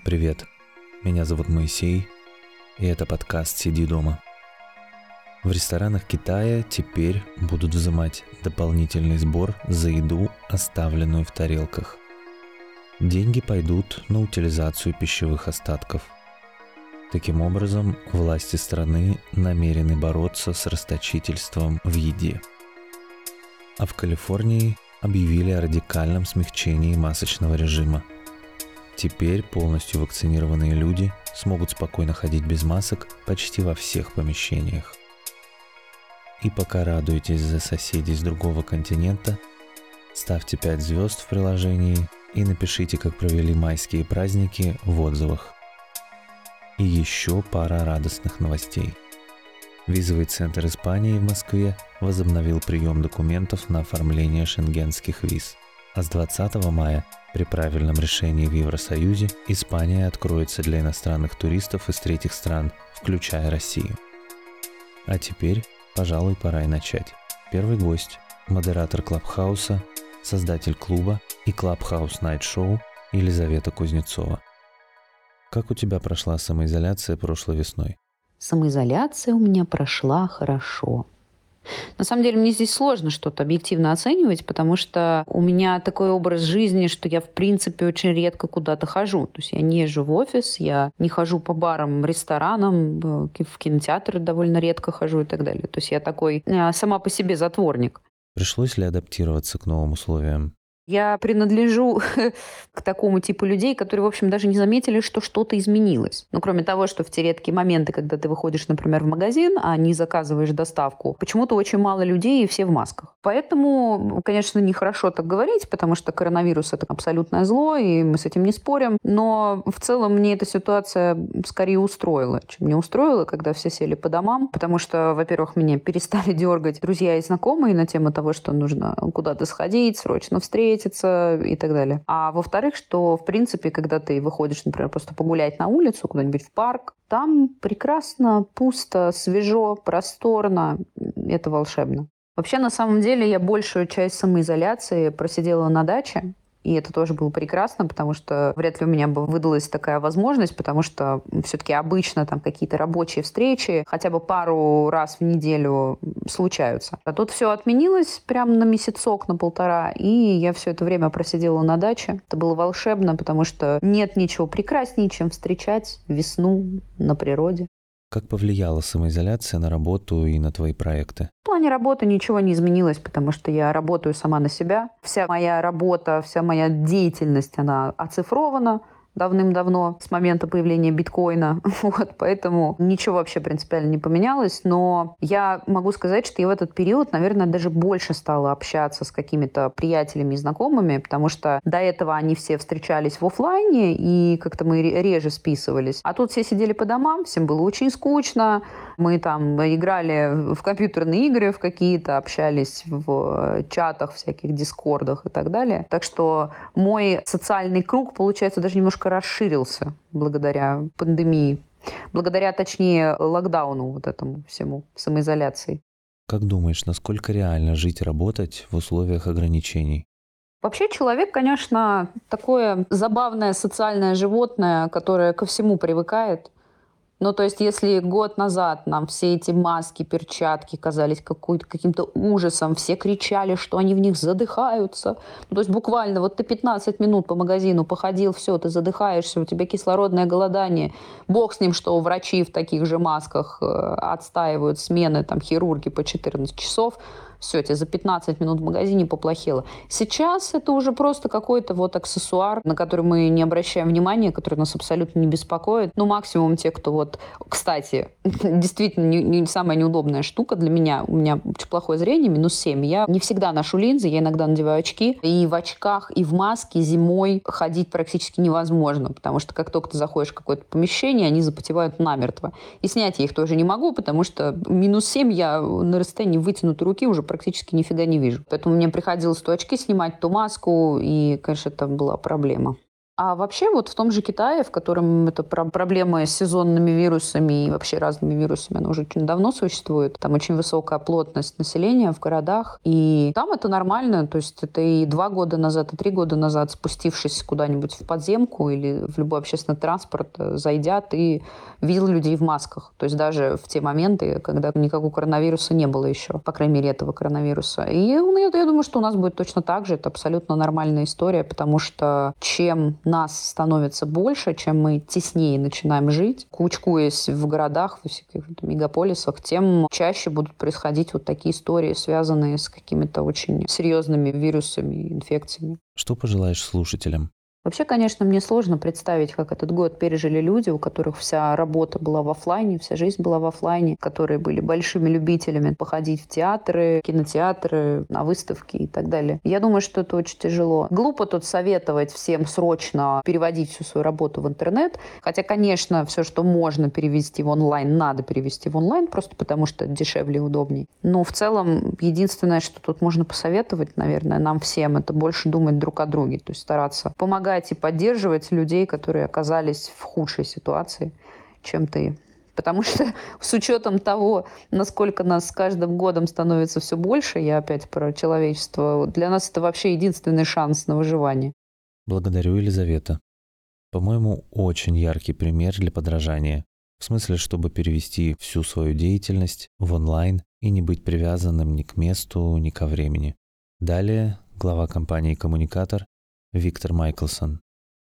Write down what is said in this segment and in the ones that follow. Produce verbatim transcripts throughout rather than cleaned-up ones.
Привет, меня зовут Моисей, и это подкаст «Сиди дома». В ресторанах Китая теперь будут взимать дополнительный сбор за еду, оставленную в тарелках. Деньги пойдут на утилизацию пищевых остатков. Таким образом, власти страны намерены бороться с расточительством в еде. А в Калифорнии объявили о радикальном смягчении масочного режима. Теперь полностью вакцинированные люди смогут спокойно ходить без масок почти во всех помещениях. И пока радуетесь за соседей с другого континента, ставьте пять звезд в приложении и напишите, как провели майские праздники в отзывах. И еще пара радостных новостей. Визовый центр Испании в Москве возобновил прием документов на оформление шенгенских виз. А с двадцатого мая при правильном решении в Евросоюзе Испания откроется для иностранных туристов из третьих стран, включая Россию. А теперь, пожалуй, пора и начать. Первый гость – модератор Клабхауса, создатель клуба и Clubhouse Night Show Елизавета Кузнецова. Как у тебя прошла самоизоляция прошлой весной? Самоизоляция у меня прошла хорошо. На самом деле, мне здесь сложно что-то объективно оценивать, потому что у меня такой образ жизни, что я, в принципе, очень редко куда-то хожу. То есть я не езжу в офис, я не хожу по барам, ресторанам, в кинотеатры довольно редко хожу и так далее. То есть я такой сама по себе затворник. Пришлось ли адаптироваться к новым условиям? Я принадлежу к такому типу людей, которые, в общем, даже не заметили, что что-то изменилось. Ну, кроме того, что в те редкие моменты, когда ты выходишь, например, в магазин, а не заказываешь доставку, почему-то очень мало людей и все в масках. Поэтому, конечно, нехорошо так говорить, потому что коронавирус – это абсолютное зло, и мы с этим не спорим. Но в целом мне эта ситуация скорее устроила, чем не устроила, когда все сели по домам. Потому что, во-первых, меня перестали дергать друзья и знакомые на тему того, что нужно куда-то сходить, срочно встретиться, и так далее. А во-вторых, что, в принципе, когда ты выходишь, например, просто погулять на улицу, куда-нибудь в парк, там прекрасно, пусто, свежо, просторно. Это волшебно. Вообще, на самом деле, я большую часть самоизоляции просидела на даче. И это тоже было прекрасно, потому что вряд ли у меня бы выдалась такая возможность, потому что все-таки обычно там какие-то рабочие встречи хотя бы пару раз в неделю случаются. А тут все отменилось прям на месяцок, на полтора, и я все это время просидела на даче. Это было волшебно, потому что нет ничего прекраснее, чем встречать весну на природе. Как повлияла самоизоляция на работу и на твои проекты? В плане работы ничего не изменилось, потому что я работаю сама на себя. Вся моя работа, вся моя деятельность, она оцифрована давным-давно, с момента появления биткоина. Вот, поэтому ничего вообще принципиально не поменялось. Но я могу сказать, что я в этот период, наверное, даже больше стала общаться с какими-то приятелями и знакомыми, потому что до этого они все встречались в офлайне, и как-то мы реже списывались. А тут все сидели по домам, всем было очень скучно. Мы там играли в компьютерные игры в какие-то, общались в чатах, всяких дискордах и так далее. Так что мой социальный круг, получается, даже немножко расширился благодаря пандемии. Благодаря, точнее, локдауну вот этому всему, самоизоляции. Как думаешь, насколько реально жить и работать в условиях ограничений? Вообще человек, конечно, такое забавное социальное животное, которое ко всему привыкает. Ну, то есть, если год назад нам все эти маски, перчатки казались каким-то ужасом, все кричали, что они в них задыхаются. Ну, то есть, буквально, вот ты пятнадцать минут по магазину походил, все, ты задыхаешься, у тебя кислородное голодание. Бог с ним, что врачи в таких же масках э, отстаивают смены, там, хирурги по четырнадцать часов. Все, тебе за пятнадцать минут в магазине поплохело. Сейчас это уже просто какой-то вот аксессуар, на который мы не обращаем внимания, который нас абсолютно не беспокоит. Ну, максимум те, кто вот... Кстати, действительно, не, не самая неудобная штука для меня. У меня очень плохое зрение, минус семь. Я не всегда ношу линзы, я иногда надеваю очки. И в очках, и в маске зимой ходить практически невозможно, потому что как только ты заходишь в какое-то помещение, они запотевают намертво. И снять я их тоже не могу, потому что минус семь я на расстоянии вытянутой руки уже практически нифига не вижу. Поэтому мне приходилось то очки снимать, то маску, и, конечно, это была проблема. А вообще вот в том же Китае, в котором эта про- проблема с сезонными вирусами и вообще разными вирусами, она уже очень давно существует. Там очень высокая плотность населения в городах. И там это нормально. То есть это и два года назад, и три года назад, спустившись куда-нибудь в подземку или в любой общественный транспорт, э, зайдя, ты видел людей в масках. То есть даже в те моменты, когда никакого коронавируса не было еще, по крайней мере, этого коронавируса. И ну, я, я думаю, что у нас будет точно так же. Это абсолютно нормальная история, потому что чем нас становится больше, чем мы теснее начинаем жить, кучкуясь в городах, в всяких мегаполисах, тем чаще будут происходить вот такие истории, связанные с какими-то очень серьезными вирусами, инфекциями. Что пожелаешь слушателям? Вообще, конечно, мне сложно представить, как этот год пережили люди, у которых вся работа была в офлайне, вся жизнь была в офлайне, которые были большими любителями походить в театры, кинотеатры, на выставки и так далее. Я думаю, что это очень тяжело. Глупо тут советовать всем срочно переводить всю свою работу в интернет. Хотя, конечно, все, что можно перевести в онлайн, надо перевести в онлайн, просто потому что это дешевле и удобнее. Но в целом, единственное, что тут можно посоветовать, наверное, нам всем, это больше думать друг о друге, то есть стараться помогать и поддерживать людей, которые оказались в худшей ситуации, чем ты. Потому что с учетом того, насколько нас с каждым годом становится все больше, я опять про человечество, для нас это вообще единственный шанс на выживание. Благодарю, Елизавета. По-моему, очень яркий пример для подражания. В смысле, чтобы перевести всю свою деятельность в онлайн и не быть привязанным ни к месту, ни ко времени. Далее глава компании «Коммуникатор» Виктор Майклсон.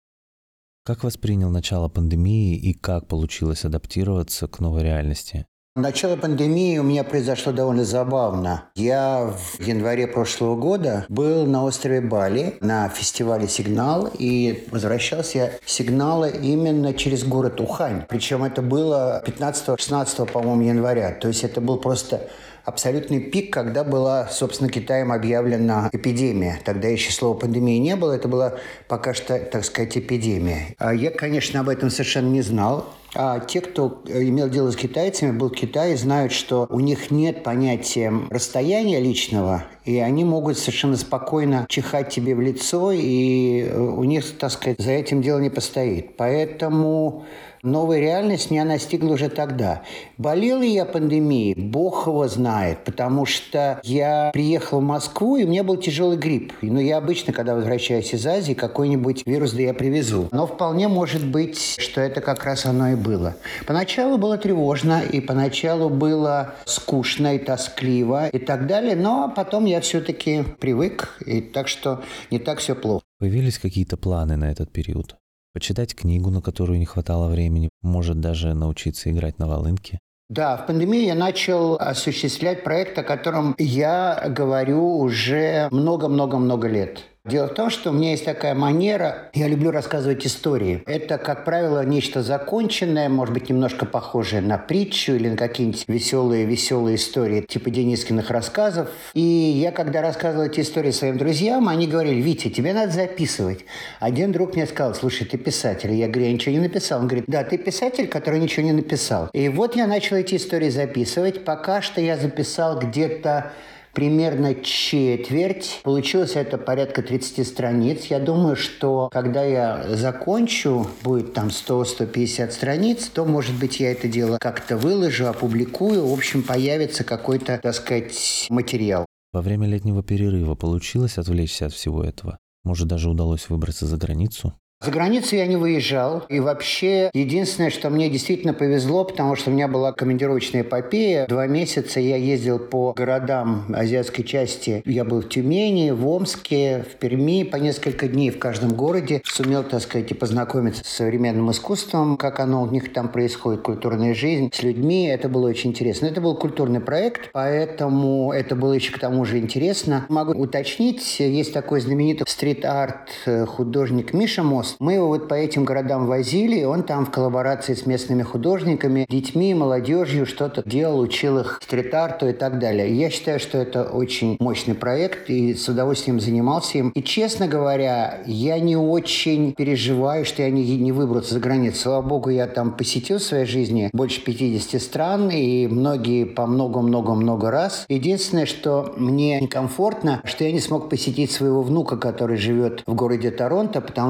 Как воспринял начало пандемии и как получилось адаптироваться к новой реальности? Начало пандемии у меня произошло довольно забавно. Я в январе прошлого года был на острове Бали на фестивале «Сигнал», и возвращался я с «Сигнала» именно через город Ухань. Причем это было пятнадцатого-шестнадцатого, по-моему, января. То есть это был просто абсолютный пик, когда была, собственно, Китаем объявлена эпидемия. Тогда еще слова пандемии не было, это была пока что, так сказать, эпидемия. А я, конечно, об этом совершенно не знал. А те, кто имел дело с китайцами, был в Китае, знают, что у них нет понятия расстояния личного, и они могут совершенно спокойно чихать тебе в лицо, и у них, так сказать, за этим дело не постоит. Поэтому новая реальность меня настигла уже тогда. Болел ли я пандемией? Бог его знает, потому что я приехал в Москву, и у меня был тяжелый грипп. Ну, я обычно, когда возвращаюсь из Азии, какой-нибудь вирус да я привезу. Но вполне может быть, что это как раз оно и было. Поначалу было тревожно, и поначалу было скучно и тоскливо и так далее, но потом я все-таки привык, и так что не так все плохо. Появились какие-то планы на этот период? Почитать книгу, на которую не хватало времени, может даже научиться играть на волынке? Да, в пандемии я начал осуществлять проект, о котором я говорю уже много-много-много лет. Дело в том, что у меня есть такая манера, я люблю рассказывать истории. Это, как правило, нечто законченное, может быть, немножко похожее на притчу или на какие-нибудь веселые-веселые истории, типа Денискиных рассказов. И я, когда рассказывал эти истории своим друзьям, они говорили: «Витя, тебе надо записывать». Один друг мне сказал: «Слушай, ты писатель». Я говорю: «Я ничего не написал». Он говорит: «Да, ты писатель, который ничего не написал». И вот я начал эти истории записывать. Пока что я записал где-то примерно четверть. Получилось это порядка тридцать страниц. Я думаю, что когда я закончу, будет там сто - сто пятьдесят страниц, то, может быть, я это дело как-то выложу, опубликую. В общем, появится какой-то, так сказать, материал. Во время летнего перерыва получилось отвлечься от всего этого? Может, даже удалось выбраться за границу? За границу я не выезжал. И вообще, единственное, что мне действительно повезло, потому что у меня была командировочная эпопея. Два месяца я ездил по городам азиатской части. Я был в Тюмени, в Омске, в Перми. По несколько дней в каждом городе. Сумел, так сказать, и познакомиться с современным искусством, как оно у них там происходит, культурная жизнь, с людьми. Это было очень интересно. Это был культурный проект, поэтому это было еще к тому же интересно. Могу уточнить, есть такой знаменитый стрит-арт художник Миша Мост. Мы его вот по этим городам возили, и он там в коллаборации с местными художниками, детьми, молодежью что-то делал, учил их стрит-арту и так далее. И я считаю, что это очень мощный проект, и с удовольствием занимался им. И, честно говоря, я не очень переживаю, что я не, не выбрался за границу. Слава богу, я там посетил в своей жизни больше пятидесяти стран, и многие по много-много-много раз. Единственное, что мне некомфортно, что я не смог посетить своего внука, который живет в городе Торонто, потому что Канада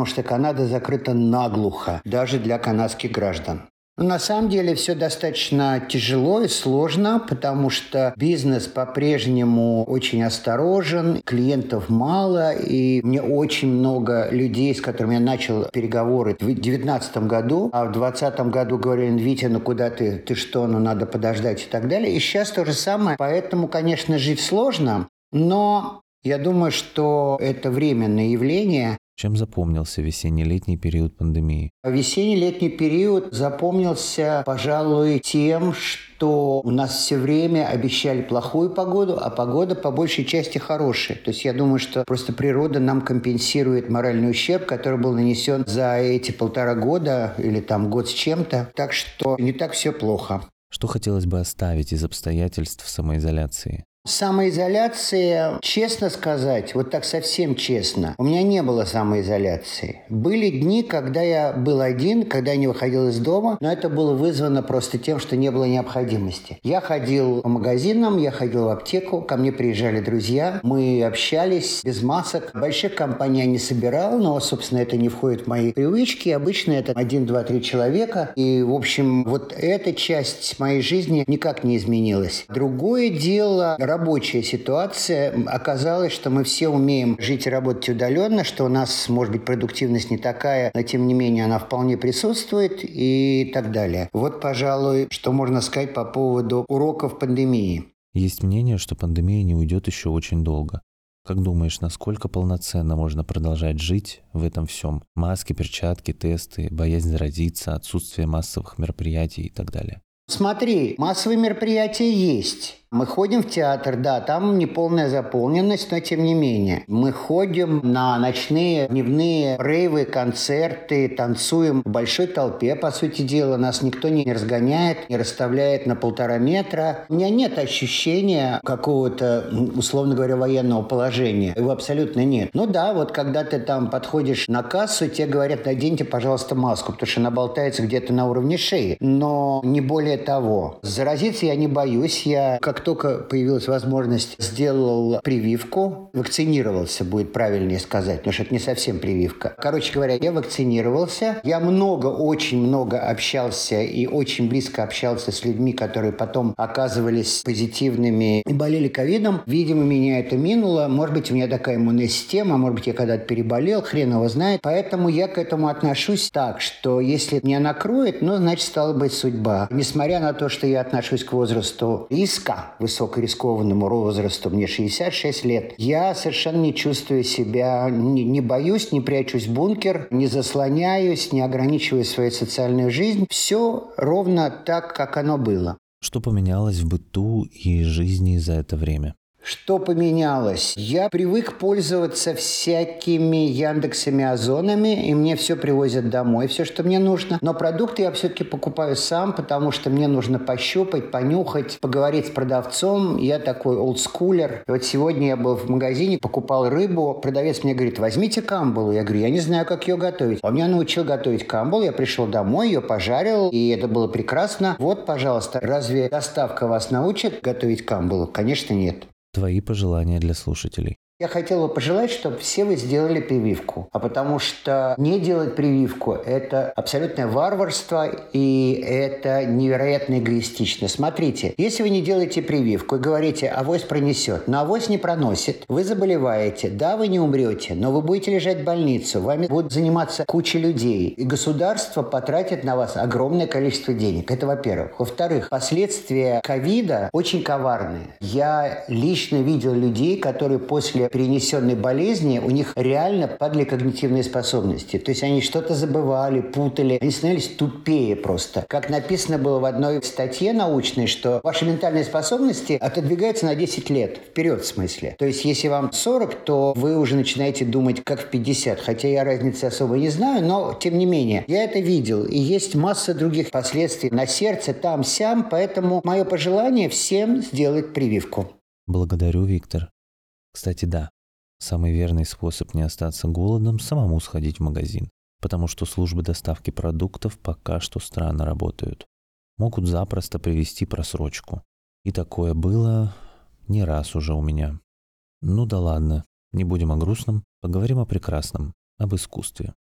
Канада закрыта наглухо, даже для канадских граждан. Но на самом деле все достаточно тяжело и сложно, потому что бизнес по-прежнему очень осторожен, клиентов мало, и мне очень много людей, с которыми я начал переговоры в две тысячи девятнадцатом году, а в двадцатом году говорили: «Витя, ну куда ты, ты что, ну надо подождать» и так далее. И сейчас то же самое, поэтому, конечно, жить сложно, но я думаю, что это временное явление. Чем запомнился весенне-летний период пандемии? Весенне-летний период запомнился, пожалуй, тем, что у нас все время обещали плохую погоду, а погода по большей части хорошая. То есть я думаю, что просто природа нам компенсирует моральный ущерб, который был нанесен за эти полтора года или там год с чем-то. Так что не так все плохо. Что хотелось бы оставить из обстоятельств самоизоляции? Самоизоляция, честно сказать, вот так совсем честно, у меня не было самоизоляции. Были дни, когда я был один, когда я не выходил из дома, но это было вызвано просто тем, что не было необходимости. Я ходил по магазинам, я ходил в аптеку, ко мне приезжали друзья, мы общались без масок. Больших компаний я не собирал, но, собственно, это не входит в мои привычки. Обычно это один, два, три человека. И, в общем, вот эта часть моей жизни никак не изменилась. Другое дело – рабочая ситуация. Оказалось, что мы все умеем жить и работать удаленно, что у нас, может быть, продуктивность не такая, но, тем не менее, она вполне присутствует и так далее. Вот, пожалуй, что можно сказать по поводу уроков пандемии. Есть мнение, что пандемия не уйдет еще очень долго. Как думаешь, насколько полноценно можно продолжать жить в этом всем? Маски, перчатки, тесты, боязнь заразиться, отсутствие массовых мероприятий и так далее. Смотри, массовые мероприятия есть. Мы ходим в театр, да, там неполная заполненность, но тем не менее. Мы ходим на ночные, дневные рейвы, концерты, танцуем в большой толпе, по сути дела. Нас никто не разгоняет, не расставляет на полтора метра. У меня нет ощущения какого-то, условно говоря, военного положения. Его абсолютно нет. Ну да, вот когда ты там подходишь на кассу, тебе говорят: наденьте, пожалуйста, маску, потому что она болтается где-то на уровне шеи. Но не более того. Заразиться я не боюсь. Я как Как только появилась возможность, сделал прививку, вакцинировался, будет правильнее сказать, потому что это не совсем прививка. Короче говоря, я вакцинировался, я много, очень много общался и очень близко общался с людьми, которые потом оказывались позитивными и болели ковидом. Видимо, меня это минуло, может быть, у меня такая иммунная система, может быть, я когда-то переболел, хрен его знает. Поэтому я к этому отношусь так, что если меня накроет, ну, значит, стала быть судьба. Несмотря на то, что я отношусь к возрасту риска, высокорискованному возрасту, мне шестьдесят шесть лет, я совершенно не чувствую себя, не, не боюсь, не прячусь в бункер, не заслоняюсь, не ограничиваю свою социальную жизнь. Все ровно так, как оно было. Что поменялось в быту и жизни за это время? Что поменялось? Я привык пользоваться всякими Яндексами, Озонами, и мне все привозят домой, все, что мне нужно. Но продукты я все-таки покупаю сам, потому что мне нужно пощупать, понюхать, поговорить с продавцом. Я такой олдскулер. И вот сегодня я был в магазине, покупал рыбу. Продавец мне говорит: возьмите камбалу. Я говорю: я не знаю, как ее готовить. Он меня научил готовить камбалу. Я пришел домой, ее пожарил, и это было прекрасно. Вот, пожалуйста, разве доставка вас научит готовить камбалу? Конечно, нет. Твои пожелания для слушателей. Я хотел бы пожелать, чтобы все вы сделали прививку. А потому что не делать прививку – это абсолютное варварство, и это невероятно эгоистично. Смотрите, если вы не делаете прививку и говорите: авось пронесет, но авось не проносит, вы заболеваете, да, вы не умрете, но вы будете лежать в больницу, вами будут заниматься куча людей, и государство потратит на вас огромное количество денег. Это во-первых. Во-вторых, последствия ковида очень коварные. Я лично видел людей, которые после перенесенной болезни, у них реально падали когнитивные способности. То есть они что-то забывали, путали, они становились тупее просто. Как написано было в одной статье научной, что ваши ментальные способности отодвигаются на десять лет. Вперед, в смысле. То есть если вам сорок, то вы уже начинаете думать как в пятьдесят. Хотя я разницы особо не знаю, но тем не менее. Я это видел. И есть масса других последствий на сердце, там, сям. Поэтому мое пожелание всем сделать прививку. Благодарю, Виктор. Кстати, да, самый верный способ не остаться голодным – самому сходить в магазин, потому что службы доставки продуктов пока что странно работают. Могут запросто привезти просрочку. И такое было не раз уже у меня. Ну да ладно, не будем о грустном, поговорим о прекрасном, об искусстве.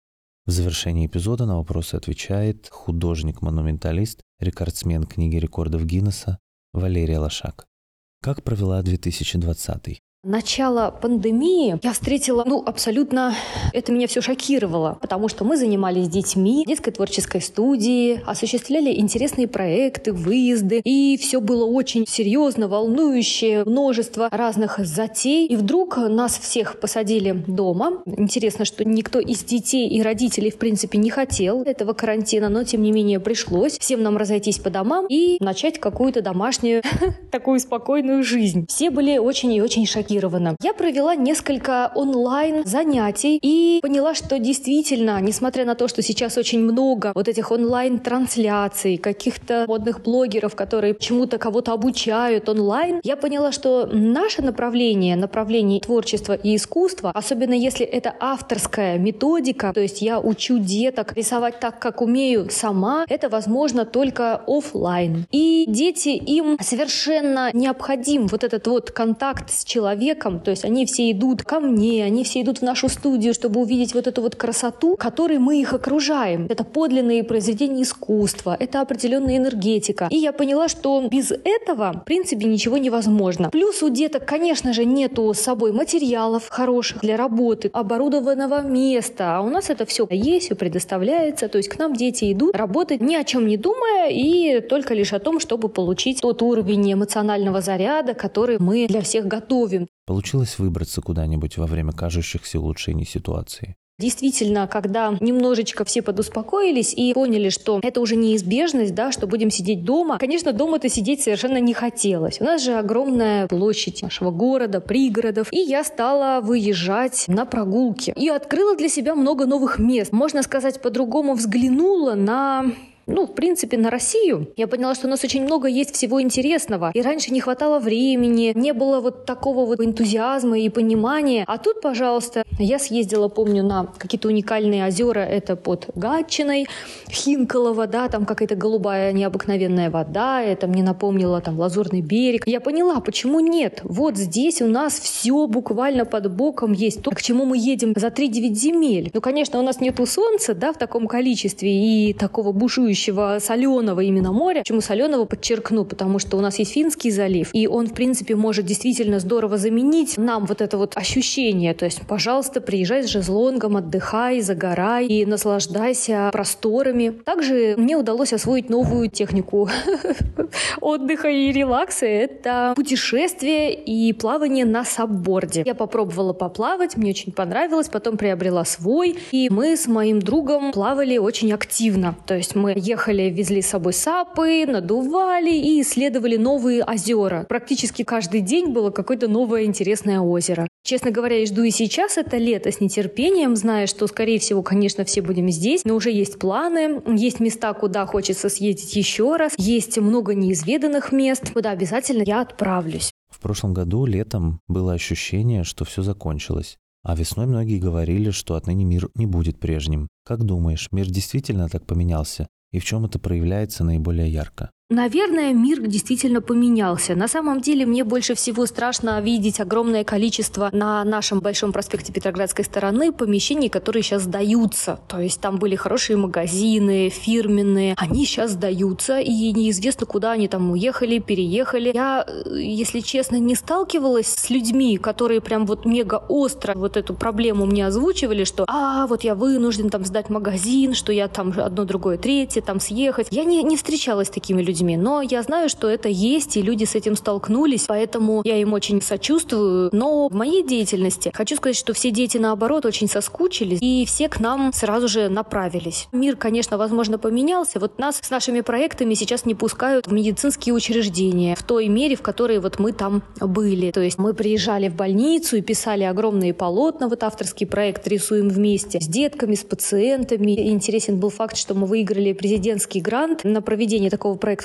В завершении эпизода на вопросы отвечает художник-монументалист, рекордсмен книги рекордов Гиннесса Валерия Лошак. Как провела две тысячи двадцатый? Начало пандемии я встретила, ну, абсолютно, это меня все шокировало, потому что мы занимались детьми в детской творческой студии, осуществляли интересные проекты, выезды, и все было очень серьезно, волнующе, множество разных затей. И вдруг нас всех посадили дома. Интересно, что никто из детей и родителей, в принципе, не хотел этого карантина, но, тем не менее, пришлось всем нам разойтись по домам и начать какую-то домашнюю, такую спокойную жизнь. Все были очень и очень шокированы. Я провела несколько онлайн-занятий и поняла, что действительно, несмотря на то, что сейчас очень много вот этих онлайн-трансляций, каких-то модных блогеров, которые чему-то кого-то обучают онлайн, я поняла, что наше направление, направление творчества и искусства, особенно если это авторская методика, то есть я учу деток рисовать так, как умею сама, это возможно только офлайн. И дети, им совершенно необходим вот этот вот контакт с человеком, то есть они все идут ко мне, они все идут в нашу студию, чтобы увидеть вот эту вот красоту, которой мы их окружаем. Это подлинные произведения искусства, это определенная энергетика. И я поняла, что без этого, в принципе, ничего невозможно. Плюс у деток, конечно же, нету с собой материалов хороших для работы, оборудованного места, а у нас это все есть, все предоставляется. То есть к нам дети идут работать ни о чем не думая и только лишь о том, чтобы получить тот уровень эмоционального заряда, который мы для всех готовим. Получилось выбраться куда-нибудь во время кажущихся улучшений ситуации? Действительно, когда немножечко все подуспокоились и поняли, что это уже неизбежность, да, что будем сидеть дома, конечно, дома-то сидеть совершенно не хотелось. У нас же огромная площадь нашего города, пригородов, и я стала выезжать на прогулки. И открыла для себя много новых мест. Можно сказать, по-другому взглянула на... Ну, в принципе, на Россию. Я поняла, что у нас очень много есть всего интересного. И раньше не хватало времени, не было вот такого вот энтузиазма и понимания. А тут, пожалуйста, я съездила, помню, на какие-то уникальные озера. Это под Гатчиной, Хинколово, да, там какая-то голубая необыкновенная вода. Это мне напомнило там Лазурный берег. Я поняла, почему нет. Вот здесь у нас все буквально под боком есть. То, к чему мы едем за три-девять земель. Ну, конечно, у нас нету солнца, да, в таком количестве и такого бушующего соленого именно моря. Почему соленого, подчеркну, потому что у нас есть Финский залив, и он, в принципе, может действительно здорово заменить нам вот это вот ощущение. То есть, пожалуйста, приезжай с шезлонгом, отдыхай, загорай и наслаждайся просторами. Также мне удалось освоить новую технику отдыха и релакса. Это путешествие и плавание на сабборде. Я попробовала поплавать, мне очень понравилось, потом приобрела свой, и мы с моим другом плавали очень активно. То есть мы ехали, везли с собой сапы, надували и исследовали новые озера. Практически каждый день было какое-то новое интересное озеро. Честно говоря, я жду и сейчас это лето с нетерпением, зная, что, скорее всего, конечно, все будем здесь, но уже есть планы, есть места, куда хочется съездить еще раз, есть много неизведанных мест, куда обязательно я отправлюсь. В прошлом году летом было ощущение, что все закончилось. А весной многие говорили, что отныне мир не будет прежним. Как думаешь, мир действительно так поменялся? И в чем это проявляется наиболее ярко? Наверное, мир действительно поменялся. На самом деле, мне больше всего страшно видеть огромное количество на нашем Большом проспекте Петроградской стороны помещений, которые сейчас сдаются. То есть там были хорошие магазины, фирменные. Они сейчас сдаются, и неизвестно, куда они там уехали, переехали. Я, если честно, не сталкивалась с людьми, которые прям вот мега остро вот эту проблему мне озвучивали, что «а, вот я вынужден там сдать магазин, что я там одно, другое, третье, там съехать». Я не, не встречалась с такими людьми. Но я знаю, что это есть, и люди с этим столкнулись, поэтому я им очень сочувствую. Но в моей деятельности хочу сказать, что все дети, наоборот, очень соскучились, и все к нам сразу же направились. Мир, конечно, возможно, поменялся. Вот нас с нашими проектами сейчас не пускают в медицинские учреждения в той мере, в которой вот мы там были. То есть мы приезжали в больницу и писали огромные полотна, вот авторский проект «Рисуем вместе» с детками, с пациентами. И интересен был факт, что мы выиграли президентский грант на проведение такого проекта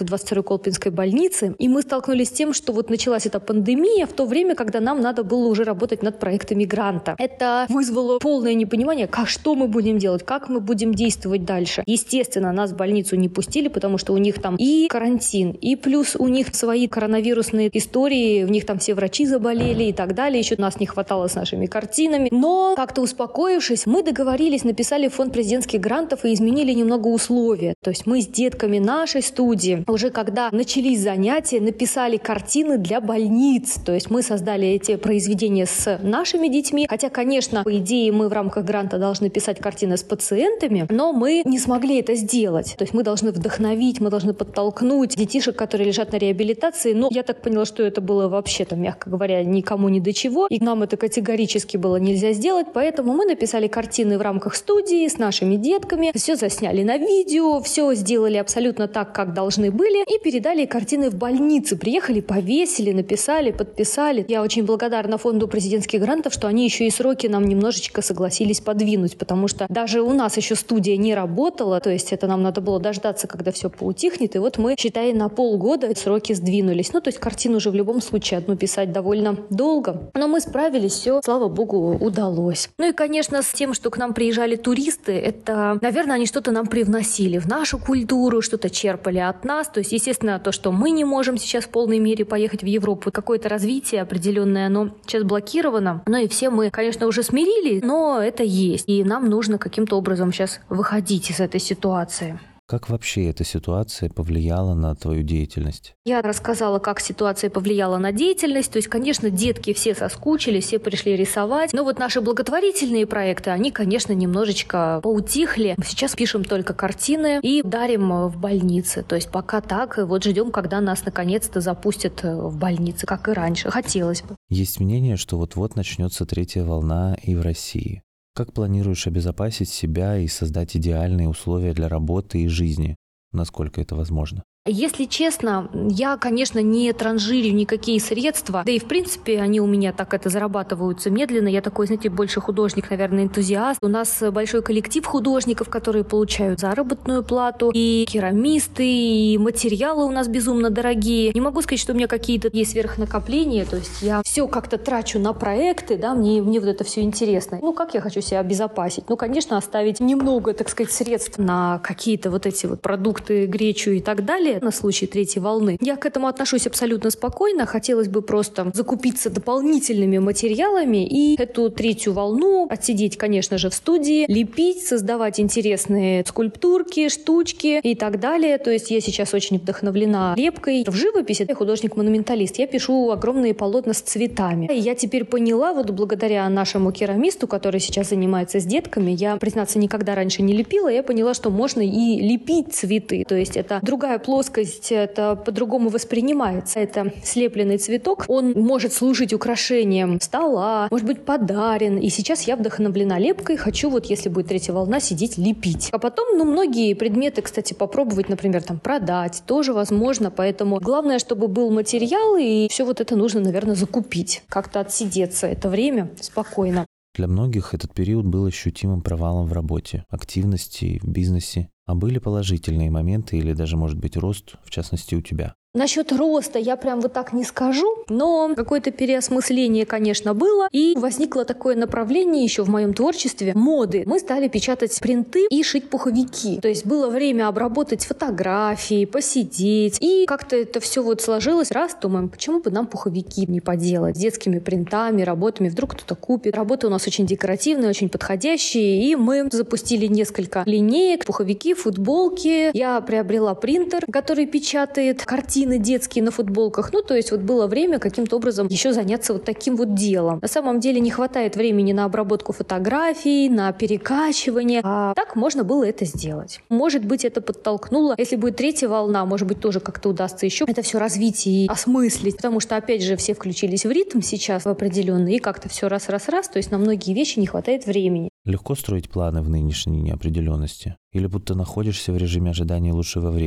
двадцать второй Колпинской больницы. И мы столкнулись с тем, что вот началась эта пандемия в то время, когда нам надо было уже работать над проектами гранта. Это вызвало полное непонимание, как, что мы будем делать, как мы будем действовать дальше. Естественно, нас в больницу не пустили, потому что у них там и карантин, и плюс у них свои коронавирусные истории, у них там все врачи заболели и так далее. Еще нас не хватало с нашими картинами. Но как-то успокоившись, мы договорились, написали в фонд президентских грантов и изменили немного условия. То есть мы с детками нашей студии, уже когда начались занятия, написали картины для больниц. То есть мы создали эти произведения с нашими детьми. Хотя, конечно, по идее, мы в рамках гранта должны писать картины с пациентами, но мы не смогли это сделать. То есть мы должны вдохновить, мы должны подтолкнуть детишек, которые лежат на реабилитации. Но я так поняла, что это было вообще-то, мягко говоря, никому ни до чего. И нам это категорически было нельзя сделать. Поэтому мы написали картины в рамках студии с нашими детками. Все засняли на видео, все сделали абсолютно так, как должны были. И передали картины в больницы. Приехали, повесили, написали, подписали. Я очень благодарна фонду президентских грантов, что они еще и сроки нам немножечко согласились подвинуть, потому что даже у нас еще студия не работала, то есть это нам надо было дождаться, когда все поутихнет, и вот мы, считай, на полгода сроки сдвинулись. Ну, то есть картину уже в любом случае одну писать довольно долго, но мы справились, все, слава богу, удалось. Ну и, конечно, с тем, что к нам приезжали туристы, это, наверное, они что-то нам привносили в нашу культуру, что-то черпали от нас, то есть, естественно, то, что мы не можем сейчас в полной мере поехать в Европу, какое-то развитие определенное, оно сейчас блокировано, ну и все мы, конечно, уже смирились, но это есть, и нам нужно каким-то образом сейчас выходить из этой ситуации. Как вообще эта ситуация повлияла на твою деятельность? Я рассказала, как ситуация повлияла на деятельность. То есть, конечно, детки все соскучились, все пришли рисовать. Но вот наши благотворительные проекты, они, конечно, немножечко поутихли. Мы сейчас пишем только картины и дарим в больнице. То есть пока так. Вот ждем, когда нас наконец-то запустят в больнице, как и раньше. Хотелось бы. Есть мнение, что вот-вот начнется третья волна и в России. Как планируешь обезопасить себя и создать идеальные условия для работы и жизни, насколько это возможно? Если честно, я, конечно, не транжирю никакие средства, да и, в принципе, они у меня так это зарабатываются медленно. Я такой, знаете, больше художник, наверное, энтузиаст. У нас большой коллектив художников, которые получают заработную плату, и керамисты, и материалы у нас безумно дорогие. Не могу сказать, что у меня какие-то есть сверхнакопления, то есть я все как-то трачу на проекты, да, мне, мне вот это все интересно. Ну, как я хочу себя обезопасить? Ну, конечно, оставить немного, так сказать, средств на какие-то вот эти вот продукты, гречу и так далее, на случай третьей волны. Я к этому отношусь абсолютно спокойно. Хотелось бы просто закупиться дополнительными материалами и эту третью волну отсидеть, конечно же, в студии, лепить, создавать интересные скульптурки, штучки и так далее. То есть я сейчас очень вдохновлена лепкой. В живописи я художник-монументалист. Я пишу огромные полотна с цветами. И я теперь поняла, вот благодаря нашему керамисту, который сейчас занимается с детками, я, признаться, никогда раньше не лепила, я поняла, что можно и лепить цветы. То есть это другая плоскость, это по-другому воспринимается. Это слепленный цветок, он может служить украшением стола, может быть подарен. И сейчас я вдохновлена лепкой, хочу вот, если будет третья волна, сидеть лепить. А потом, ну, многие предметы, кстати, попробовать, например, там продать, тоже возможно. Поэтому главное, чтобы был материал, и все вот это нужно, наверное, закупить. Как-то отсидеться это время спокойно. Для многих этот период был ощутимым провалом в работе, активности, в бизнесе. А были положительные моменты или даже, может быть, рост, в частности, у тебя? Насчет роста я прям вот так не скажу, но какое-то переосмысление, конечно, было. И возникло такое направление еще в моем творчестве — моды. Мы стали печатать принты и шить пуховики. То есть было время обработать фотографии, посидеть. И как-то это все вот сложилось. Раз, думаем, почему бы нам пуховики не поделать? С детскими принтами, работами. Вдруг кто-то купит. Работы у нас очень декоративные, очень подходящие. И мы запустили несколько линеек. Пуховики, футболки. Я приобрела принтер, который печатает картины детские на футболках. Ну, то есть вот было время каким-то образом еще заняться вот таким вот делом. На самом деле не хватает времени на обработку фотографий, на перекачивание. А так можно было это сделать. Может быть, это подтолкнуло. Если будет третья волна, может быть, тоже как-то удастся еще это все развить и осмыслить. Потому что, опять же, все включились в ритм сейчас в определенный, и как-то все раз-раз-раз. То есть на многие вещи не хватает времени. Легко строить планы в нынешней неопределенности? Или будто находишься в режиме ожидания лучшего времени?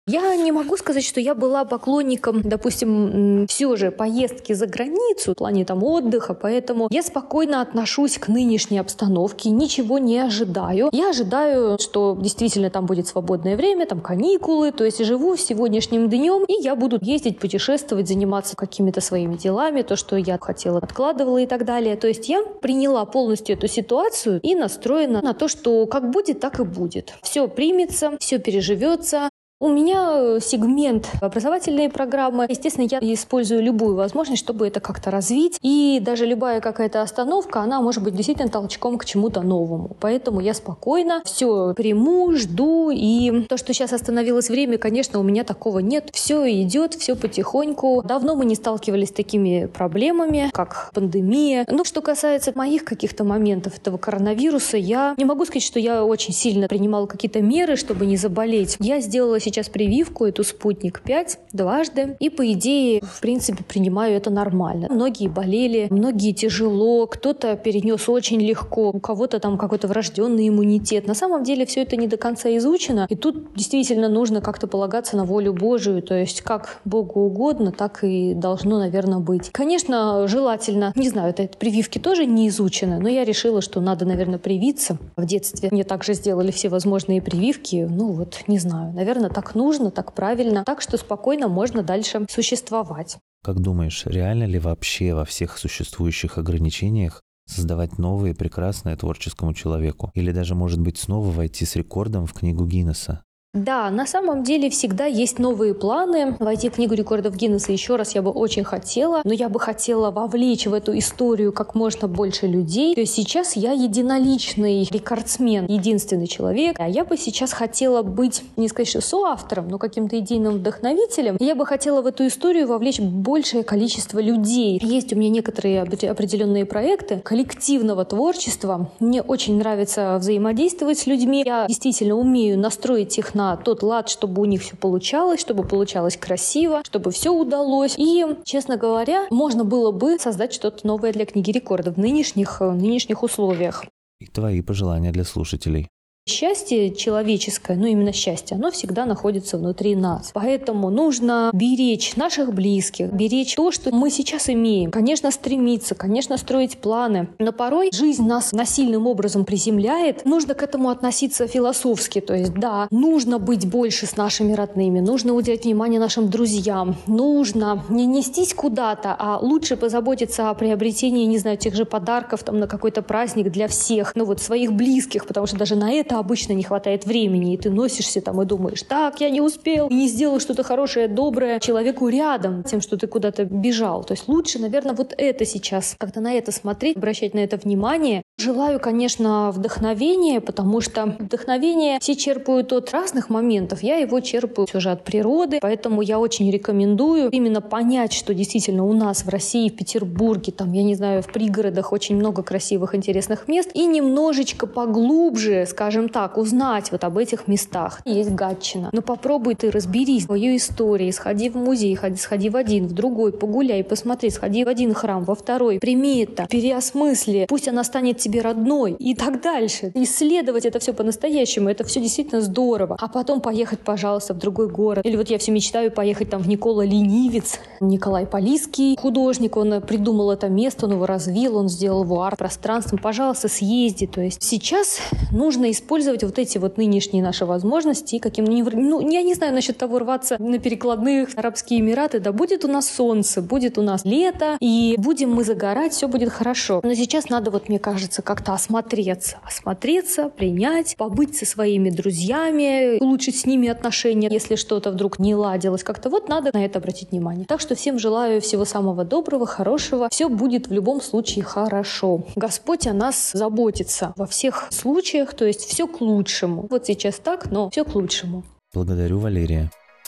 Я не могу сказать, что я была поклонником, допустим, все же поездки за границу, в плане там отдыха, поэтому я спокойно отношусь к нынешней обстановке, ничего не ожидаю. Я ожидаю, что действительно там будет свободное время, там каникулы, то есть живу сегодняшним днем, и я буду ездить, путешествовать, заниматься какими-то своими делами, то, что я хотела, откладывала и так далее. То есть я приняла полностью эту ситуацию и настроена на то, что как будет, так и будет. Все примется, все переживется. У меня сегмент образовательные программы. Естественно, я использую любую возможность, чтобы это как-то развить. И даже любая какая-то остановка, она может быть действительно толчком к чему-то новому. Поэтому я спокойно все приму, жду. И то, что сейчас остановилось время, конечно, у меня такого нет. Все идет, все потихоньку. Давно мы не сталкивались с такими проблемами, как пандемия. Но что касается моих каких-то моментов этого коронавируса, я не могу сказать, что я очень сильно принимала какие-то меры, чтобы не заболеть. Я сделала сейчас сейчас прививку, эту «Спутник пять» дважды. И, по идее, в принципе, принимаю это нормально. Многие болели, многие тяжело, кто-то перенес очень легко, у кого-то там какой-то врожденный иммунитет. На самом деле все это не до конца изучено. И тут действительно нужно как-то полагаться на волю Божию. То есть как Богу угодно, так и должно, наверное, быть. Конечно, желательно, не знаю, это, это прививки тоже не изучены, но я решила, что надо, наверное, привиться. В детстве мне также сделали все возможные прививки. Ну вот, не знаю, наверное, так нужно, так правильно, так что спокойно можно дальше существовать. Как думаешь, реально ли вообще во всех существующих ограничениях создавать новые, прекрасные творческому человеку? Или даже, может быть, снова войти с рекордом в книгу Гиннесса? Да, на самом деле всегда есть новые планы. Войти в книгу рекордов Гиннесса еще раз я бы очень хотела, но я бы хотела вовлечь в эту историю как можно больше людей. То есть сейчас я единоличный рекордсмен, единственный человек, а я бы сейчас хотела быть, не сказать, что соавтором, но каким-то идейным вдохновителем. Я бы хотела в эту историю вовлечь большее количество людей. Есть у меня некоторые определенные проекты коллективного творчества. Мне очень нравится взаимодействовать с людьми. Я действительно умею настроить их на на тот лад, чтобы у них все получалось, чтобы получалось красиво, чтобы все удалось. И, честно говоря, можно было бы создать что-то новое для книги рекордов в нынешних, нынешних условиях. И твои пожелания для слушателей? Счастье человеческое, ну именно счастье, оно всегда находится внутри нас. Поэтому нужно беречь наших близких, беречь то, что мы сейчас имеем. Конечно, стремиться, конечно, строить планы. Но порой жизнь нас насильным образом приземляет. Нужно к этому относиться философски. То есть, да, нужно быть больше с нашими родными, нужно уделять внимание нашим друзьям, нужно не нестись куда-то, а лучше позаботиться о приобретении, не знаю, тех же подарков там на какой-то праздник для всех, ну вот своих близких, потому что даже на это обычно не хватает времени, и ты носишься там и думаешь, так, я не успел, не сделал что-то хорошее, доброе человеку рядом, тем, что ты куда-то бежал. То есть лучше, наверное, вот это сейчас, как-то на это смотреть, обращать на это внимание. Желаю, конечно, вдохновения, потому что вдохновение все черпают от разных моментов. Я его черпаю все же от природы, поэтому я очень рекомендую именно понять, что действительно у нас в России, в Петербурге, там, я не знаю, в пригородах очень много красивых, интересных мест, и немножечко поглубже, скажем так, узнать вот об этих местах. Есть Гатчина. Но попробуй ты разберись в ее истории, сходи в музей, сходи в один, в другой, погуляй, посмотри, сходи в один храм, во второй, прими это, переосмысли, пусть она станет тебе родной и так дальше. Исследовать это все по-настоящему, это все действительно здорово. А потом поехать, пожалуйста, в другой город. Или вот я все мечтаю поехать там в Никола Ленивец. Николай Полиский, художник, он придумал это место, он его развил, он сделал его арт-пространством. Пожалуйста, съезди. То есть сейчас нужно использовать использовать вот эти вот нынешние наши возможности, каким, ну, я не знаю насчет того рваться на перекладных Арабские Эмираты, да будет у нас солнце, будет у нас лето, и будем мы загорать, все будет хорошо. Но сейчас надо, вот мне кажется, как-то осмотреться, осмотреться, принять, побыть со своими друзьями, улучшить с ними отношения, если что-то вдруг не ладилось, как-то вот надо на это обратить внимание. Так что всем желаю всего самого доброго, хорошего, все будет в любом случае хорошо. Господь о нас заботится во всех случаях, то есть все к лучшему. Вот сейчас так, но все к лучшему. Благодарю, Валерия.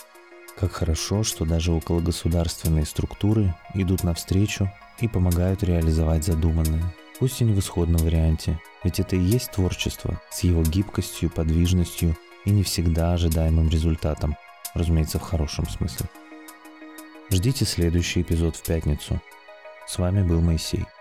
Как хорошо, что даже окологосударственные структуры идут навстречу и помогают реализовать задуманное. Пусть и не в исходном варианте, ведь это и есть творчество с его гибкостью, подвижностью и не всегда ожидаемым результатом, разумеется, в хорошем смысле. Ждите следующий эпизод в пятницу. С вами был Моисей.